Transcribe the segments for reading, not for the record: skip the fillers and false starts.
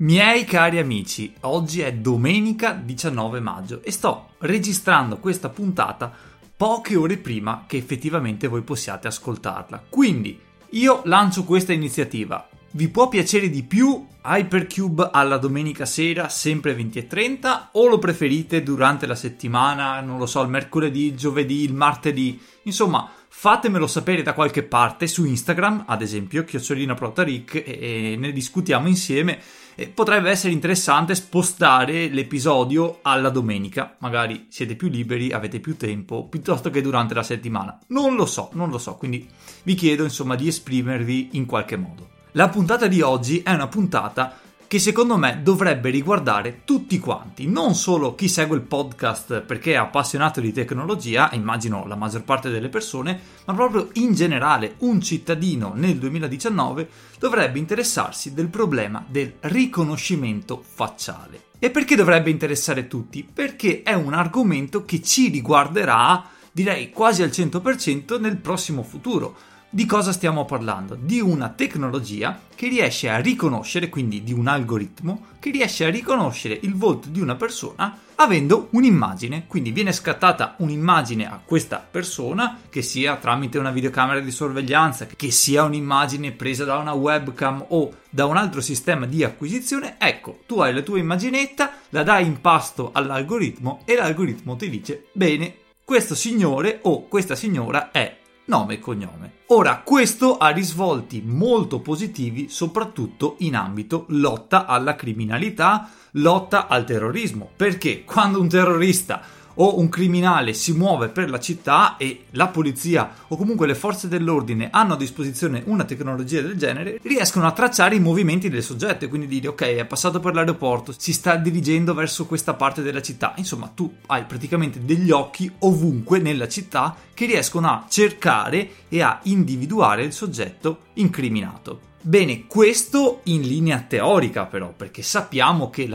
Miei cari amici, oggi è domenica 19 maggio e sto registrando questa puntata poche ore prima che effettivamente voi possiate ascoltarla. Quindi io lancio questa iniziativa. Vi può piacere di più Hypercube alla domenica sera, sempre 20:30, o lo preferite durante la settimana, non lo so, il mercoledì, il giovedì, il martedì? Insomma, fatemelo sapere da qualche parte, su Instagram, ad esempio, @protaric, e ne discutiamo insieme. Potrebbe essere interessante spostare l'episodio alla domenica, magari siete più liberi, avete più tempo, piuttosto che durante la settimana. Non lo so, quindi vi chiedo insomma di esprimervi in qualche modo. La puntata di oggi è una puntata che secondo me dovrebbe riguardare tutti quanti, non solo chi segue il podcast perché è appassionato di tecnologia, immagino la maggior parte delle persone, ma proprio in generale un cittadino nel 2019 dovrebbe interessarsi del problema del riconoscimento facciale. E perché dovrebbe interessare tutti? Perché è un argomento che ci riguarderà, direi quasi al 100% nel prossimo futuro. Di cosa stiamo parlando? Di una tecnologia che riesce a riconoscere, quindi di un algoritmo, che riesce a riconoscere il volto di una persona avendo un'immagine. Quindi viene scattata un'immagine a questa persona, che sia tramite una videocamera di sorveglianza, che sia un'immagine presa da una webcam o da un altro sistema di acquisizione. Ecco, tu hai la tua immaginetta, la dai in pasto all'algoritmo e l'algoritmo ti dice: bene, questo signore o questa signora è nome e cognome. Ora, questo ha risvolti molto positivi, soprattutto in ambito lotta alla criminalità, lotta al terrorismo, perché quando un terrorista o un criminale si muove per la città e la polizia o comunque le forze dell'ordine hanno a disposizione una tecnologia del genere, riescono a tracciare i movimenti del soggetto e quindi dire: ok, è passato per l'aeroporto, si sta dirigendo verso questa parte della città. Insomma, tu hai praticamente degli occhi ovunque nella città che riescono a cercare e a individuare il soggetto incriminato. Bene, questo in linea teorica però, perché sappiamo che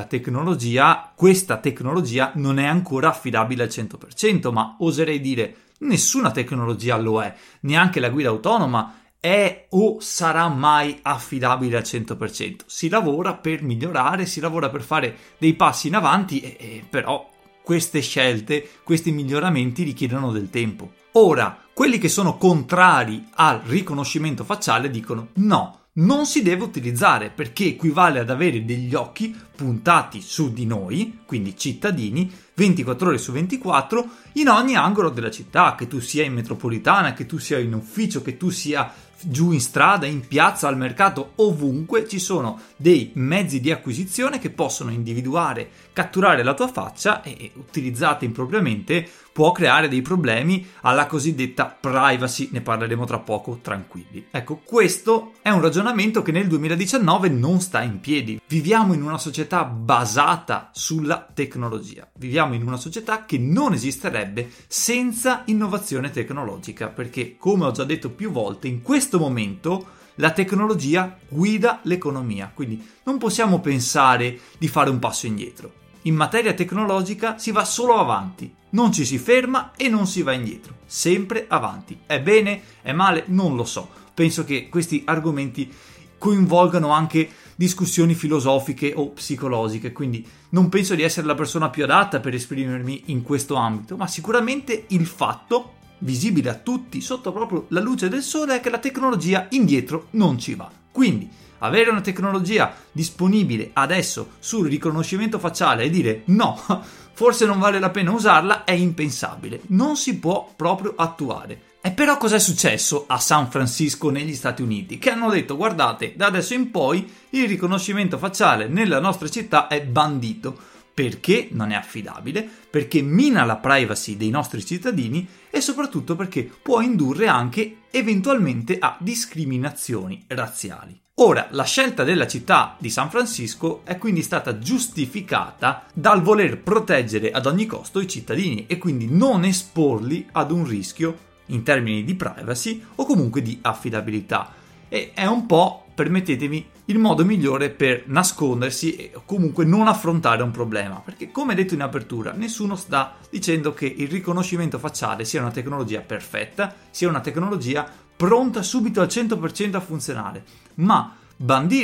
questa tecnologia non è ancora affidabile al 100%, ma oserei dire nessuna tecnologia lo è, neanche la guida autonoma è o sarà mai affidabile al 100%. Si lavora per migliorare, si lavora per fare dei passi in avanti, però queste scelte, questi miglioramenti richiedono del tempo. Ora, quelli che sono contrari al riconoscimento facciale dicono: no, non si deve utilizzare perché equivale ad avere degli occhi puntati su di noi, quindi cittadini, 24 ore su 24, in ogni angolo della città, che tu sia in metropolitana, che tu sia in ufficio, che tu sia giù in strada, in piazza, al mercato, ovunque ci sono dei mezzi di acquisizione che possono individuare, catturare la tua faccia e utilizzata impropriamente può creare dei problemi alla cosiddetta privacy, ne parleremo tra poco, tranquilli. Ecco, questo è un ragionamento che nel 2019 non sta in piedi. Viviamo in una società basata sulla tecnologia, viviamo in una società che non esisterebbe senza innovazione tecnologica, perché, come ho già detto più volte, in questo momento la tecnologia guida l'economia, quindi non possiamo pensare di fare un passo indietro. In materia tecnologica si va solo avanti, non ci si ferma e non si va indietro, sempre avanti. È bene? È male? Non lo so. Penso che questi argomenti coinvolgano anche discussioni filosofiche o psicologiche, quindi non penso di essere la persona più adatta per esprimermi in questo ambito, ma sicuramente il fatto visibile a tutti sotto proprio la luce del sole è che la tecnologia indietro non ci va. Quindi avere una tecnologia disponibile adesso sul riconoscimento facciale e dire no, forse non vale la pena usarla, è impensabile, non si può proprio attuare. E però cos'è successo a San Francisco negli Stati Uniti? Che hanno detto: guardate, da adesso in poi il riconoscimento facciale nella nostra città è bandito, perché non è affidabile, perché mina la privacy dei nostri cittadini e soprattutto perché può indurre anche eventualmente a discriminazioni razziali. Ora, la scelta della città di San Francisco è quindi stata giustificata dal voler proteggere ad ogni costo i cittadini e quindi non esporli ad un rischio in termini di privacy o comunque di affidabilità. E è un po', permettetemi, il modo migliore per nascondersi e comunque non affrontare un problema, perché come detto in apertura nessuno sta dicendo che il riconoscimento facciale sia una tecnologia perfetta, sia una tecnologia pronta subito al 100% a funzionare, ma bandire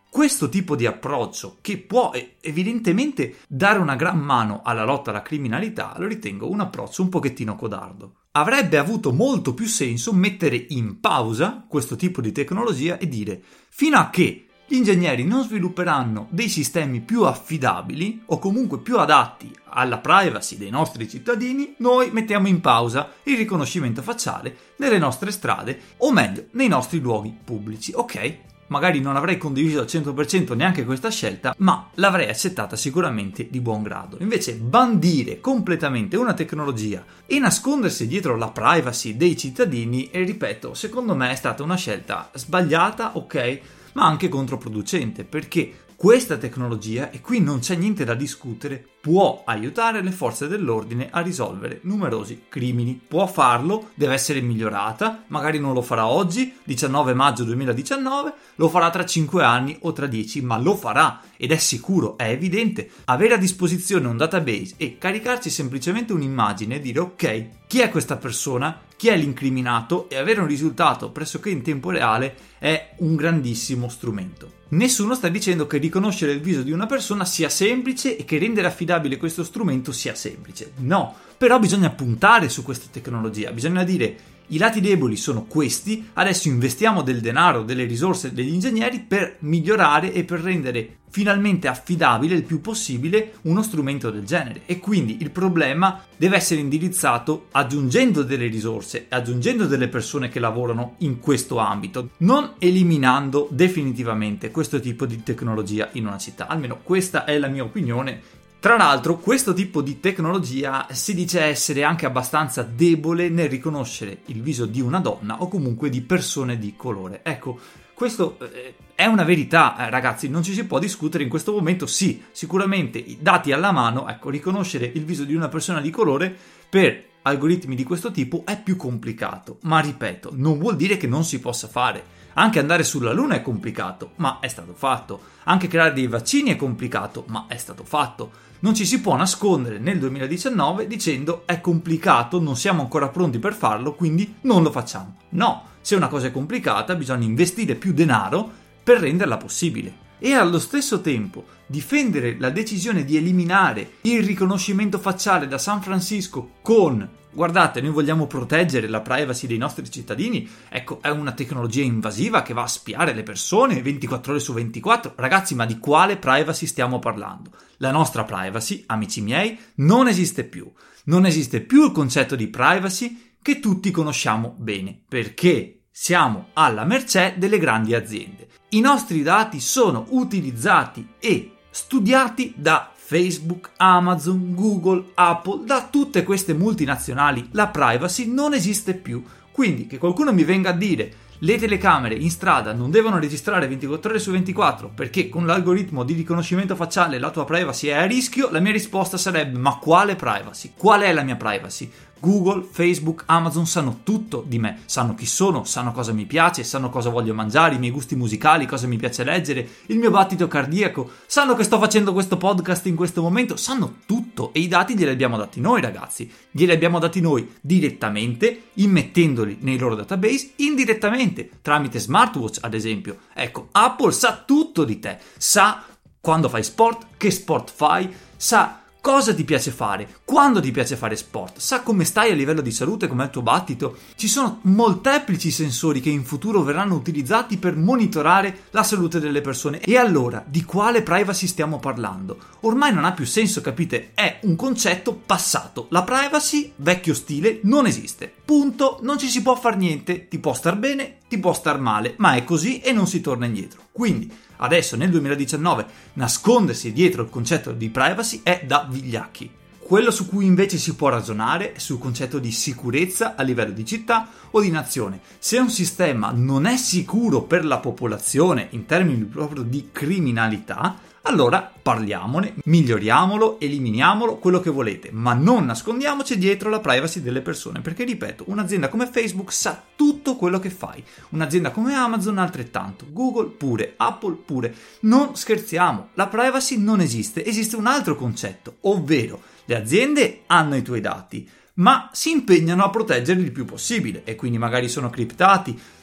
questo tipo di approccio, che può evidentemente dare una gran mano alla lotta alla criminalità, lo ritengo un approccio un pochettino codardo. Avrebbe avuto molto più senso mettere in pausa questo tipo di tecnologia e dire: fino a che gli ingegneri non svilupperanno dei sistemi più affidabili o comunque più adatti alla privacy dei nostri cittadini, noi mettiamo in pausa il riconoscimento facciale nelle nostre strade, o meglio, nei nostri luoghi pubblici. Ok, magari non avrei condiviso al 100% neanche questa scelta, ma l'avrei accettata sicuramente di buon grado. Invece bandire completamente una tecnologia e nascondersi dietro la privacy dei cittadini, e ripeto, secondo me è stata una scelta sbagliata, ok, ma anche controproducente, perché questa tecnologia, e qui non c'è niente da discutere, può aiutare le forze dell'ordine a risolvere numerosi crimini. Può farlo, deve essere migliorata, magari non lo farà oggi, 19 maggio 2019, lo farà tra 5 anni o tra 10, ma lo farà, ed è sicuro, è evidente. Avere a disposizione un database e caricarci semplicemente un'immagine e dire: ok, chi è questa persona? Chi è l'incriminato? E avere un risultato pressoché in tempo reale è un grandissimo strumento. Nessuno sta dicendo che riconoscere il viso di una persona sia semplice e che rendere affidabile questo strumento sia semplice. No, però bisogna puntare su questa tecnologia, bisogna dire: i lati deboli sono questi, adesso investiamo del denaro, delle risorse degli ingegneri per migliorare e per rendere finalmente affidabile il più possibile uno strumento del genere. E quindi il problema deve essere indirizzato aggiungendo delle risorse, aggiungendo delle persone che lavorano in questo ambito, non eliminando definitivamente questo tipo di tecnologia in una città. Almeno questa è la mia opinione. Tra l'altro, questo tipo di tecnologia si dice essere anche abbastanza debole nel riconoscere il viso di una donna o comunque di persone di colore. Ecco, questo è una verità, ragazzi, non ci si può discutere in questo momento. Sì, sicuramente, dati alla mano, ecco, riconoscere il viso di una persona di colore per algoritmi di questo tipo è più complicato, ma ripeto, non vuol dire che non si possa fare. Anche andare sulla Luna è complicato, ma è stato fatto. Anche creare dei vaccini è complicato, ma è stato fatto. Non ci si può nascondere nel 2019 dicendo: è complicato, non siamo ancora pronti per farlo, quindi non lo facciamo. No, se una cosa è complicata bisogna investire più denaro per renderla possibile. E allo stesso tempo difendere la decisione di eliminare il riconoscimento facciale da San Francisco con: guardate, noi vogliamo proteggere la privacy dei nostri cittadini, ecco, è una tecnologia invasiva che va a spiare le persone 24 ore su 24. Ragazzi, ma di quale privacy stiamo parlando? La nostra privacy, amici miei, non esiste più. Non esiste più il concetto di privacy che tutti conosciamo bene, perché siamo alla mercé delle grandi aziende. I nostri dati sono utilizzati e studiati da Facebook, Amazon, Google, Apple, da tutte queste multinazionali. La privacy non esiste più. Quindi che qualcuno mi venga a dire: le telecamere in strada non devono registrare 24 ore su 24 perché con l'algoritmo di riconoscimento facciale la tua privacy è a rischio, la mia risposta sarebbe: ma quale privacy? Qual è la mia privacy? Google, Facebook, Amazon sanno tutto di me, sanno chi sono, sanno cosa mi piace, sanno cosa voglio mangiare, i miei gusti musicali, cosa mi piace leggere, il mio battito cardiaco, sanno che sto facendo questo podcast in questo momento, sanno tutto, e i dati glieli abbiamo dati noi, ragazzi, glieli abbiamo dati noi direttamente, immettendoli nei loro database, indirettamente, tramite smartwatch ad esempio. Ecco, Apple sa tutto di te, sa quando fai sport, che sport fai, sa cosa ti piace fare, quando ti piace fare sport, sa come stai a livello di salute, com'è il tuo battito. Ci sono molteplici sensori che in futuro verranno utilizzati per monitorare la salute delle persone. E allora, di quale privacy stiamo parlando? Ormai non ha più senso, capite? È un concetto passato. La privacy, vecchio stile, non esiste. Punto, non ci si può fare niente, ti può star bene, ti può star male, ma è così e non si torna indietro. Quindi, adesso nel 2019 nascondersi dietro il concetto di privacy è da vigliacchi. Quello su cui invece si può ragionare è sul concetto di sicurezza a livello di città o di nazione. Se un sistema non è sicuro per la popolazione in termini proprio di criminalità, allora parliamone, miglioriamolo, eliminiamolo, quello che volete, ma non nascondiamoci dietro la privacy delle persone, perché ripeto, un'azienda come Facebook sa tutto quello che fai, un'azienda come Amazon altrettanto, Google pure, Apple pure. Non scherziamo, la privacy non esiste, esiste un altro concetto, ovvero le aziende hanno i tuoi dati, ma si impegnano a proteggerli il più possibile e quindi magari sono criptati,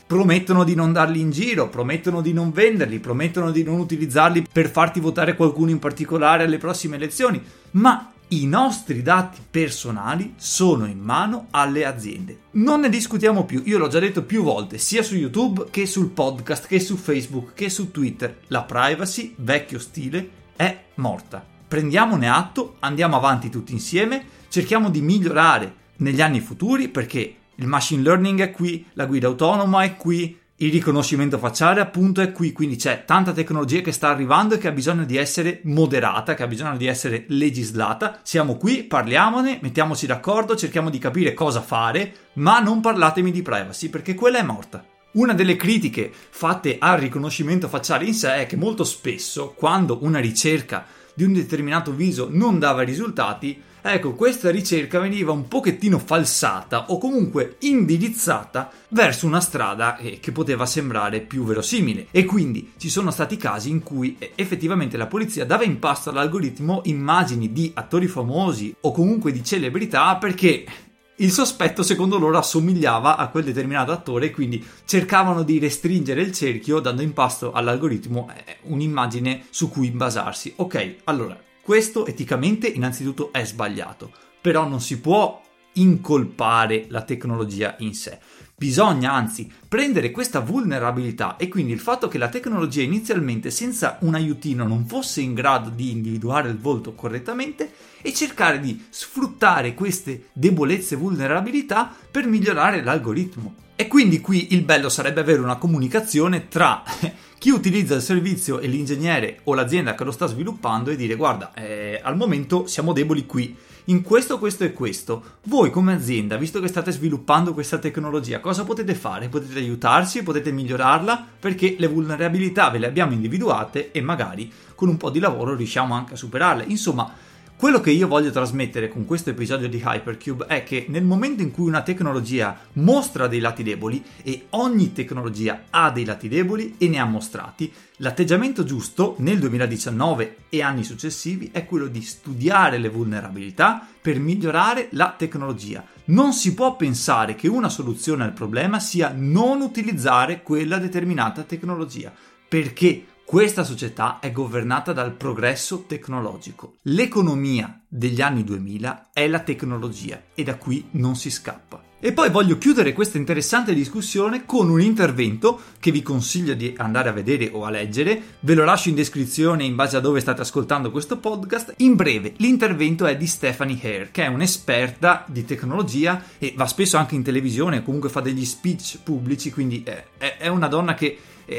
promettono di non darli in giro, promettono di non venderli, promettono di non utilizzarli per farti votare qualcuno in particolare alle prossime elezioni, ma i nostri dati personali sono in mano alle aziende. Non ne discutiamo più, io l'ho già detto più volte, sia su YouTube che sul podcast, che su Facebook, che su Twitter. La privacy, vecchio stile, è morta. Prendiamone atto, andiamo avanti tutti insieme, cerchiamo di migliorare negli anni futuri perché il machine learning è qui, la guida autonoma è qui, il riconoscimento facciale appunto è qui, quindi c'è tanta tecnologia che sta arrivando e che ha bisogno di essere moderata, che ha bisogno di essere legislata. Siamo qui, parliamone, mettiamoci d'accordo, cerchiamo di capire cosa fare, ma non parlatemi di privacy perché quella è morta. Una delle critiche fatte al riconoscimento facciale in sé è che molto spesso, quando una ricerca di un determinato viso non dava risultati, ecco, questa ricerca veniva un pochettino falsata o comunque indirizzata verso una strada che poteva sembrare più verosimile, e quindi ci sono stati casi in cui effettivamente la polizia dava in pasto all'algoritmo immagini di attori famosi o comunque di celebrità perché il sospetto secondo loro assomigliava a quel determinato attore, quindi cercavano di restringere il cerchio dando in pasto all'algoritmo un'immagine su cui basarsi. Ok, allora, questo eticamente innanzitutto è sbagliato, però non si può incolpare la tecnologia in sé. Bisogna anzi prendere questa vulnerabilità e quindi il fatto che la tecnologia inizialmente senza un aiutino non fosse in grado di individuare il volto correttamente e cercare di sfruttare queste debolezze e vulnerabilità per migliorare l'algoritmo. E quindi qui il bello sarebbe avere una comunicazione tra chi utilizza il servizio e l'ingegnere o l'azienda che lo sta sviluppando e dire guarda, al momento siamo deboli qui, in questo, questo e questo. Voi come azienda, visto che state sviluppando questa tecnologia, cosa potete fare? Potete aiutarci, potete migliorarla perché le vulnerabilità ve le abbiamo individuate e magari con un po' di lavoro riusciamo anche a superarle. Insomma, quello che io voglio trasmettere con questo episodio di Hypercube è che nel momento in cui una tecnologia mostra dei lati deboli, e ogni tecnologia ha dei lati deboli e ne ha mostrati, l'atteggiamento giusto nel 2019 e anni successivi è quello di studiare le vulnerabilità per migliorare la tecnologia. Non si può pensare che una soluzione al problema sia non utilizzare quella determinata tecnologia, perché questa società è governata dal progresso tecnologico. L'economia degli anni 2000 è la tecnologia e da qui non si scappa. E poi voglio chiudere questa interessante discussione con un intervento che vi consiglio di andare a vedere o a leggere. Ve lo lascio in descrizione in base a dove state ascoltando questo podcast. In breve, l'intervento è di Stephanie Hare, che è un'esperta di tecnologia e va spesso anche in televisione, comunque fa degli speech pubblici, quindi è una donna che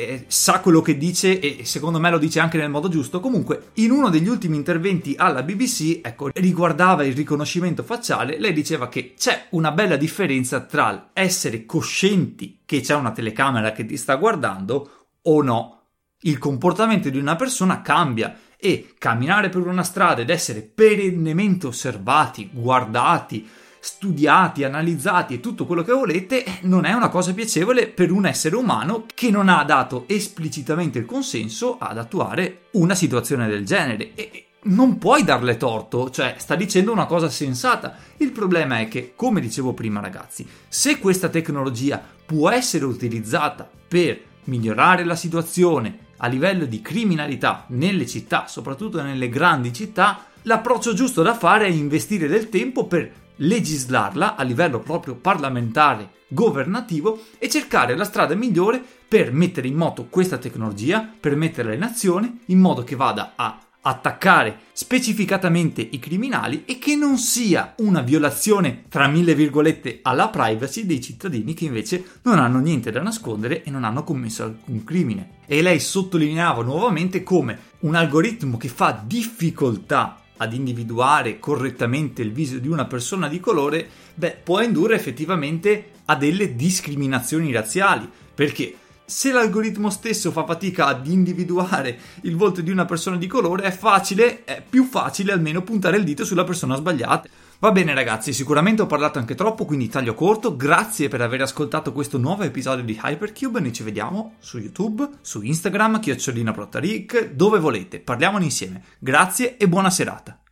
sa quello che dice e secondo me lo dice anche nel modo giusto. Comunque in uno degli ultimi interventi alla BBC, ecco, riguardava il riconoscimento facciale. Lei diceva che c'è una bella differenza tra essere coscienti che c'è una telecamera che ti sta guardando o no. Il comportamento di una persona cambia e camminare per una strada ed essere perennemente osservati, guardati, studiati, analizzati e tutto quello che volete non è una cosa piacevole per un essere umano che non ha dato esplicitamente il consenso ad attuare una situazione del genere. E non puoi darle torto, cioè sta dicendo una cosa sensata. Il problema è che, come dicevo prima ragazzi, se questa tecnologia può essere utilizzata per migliorare la situazione a livello di criminalità nelle città, soprattutto nelle grandi città, l'approccio giusto da fare è investire del tempo per legislarla a livello proprio parlamentare, governativo, e cercare la strada migliore per mettere in moto questa tecnologia, per metterla in azione in modo che vada a attaccare specificatamente i criminali e che non sia una violazione tra mille virgolette alla privacy dei cittadini che invece non hanno niente da nascondere e non hanno commesso alcun crimine. E lei sottolineava nuovamente come un algoritmo che fa difficoltà ad individuare correttamente il viso di una persona di colore, può indurre effettivamente a delle discriminazioni razziali, perché se l'algoritmo stesso fa fatica ad individuare il volto di una persona di colore, è più facile almeno puntare il dito sulla persona sbagliata. Va bene ragazzi, sicuramente ho parlato anche troppo, quindi taglio corto. Grazie per aver ascoltato questo nuovo episodio di Hypercube. Noi ci vediamo su YouTube, su Instagram, @Prottaric, dove volete. Parliamone insieme. Grazie e buona serata.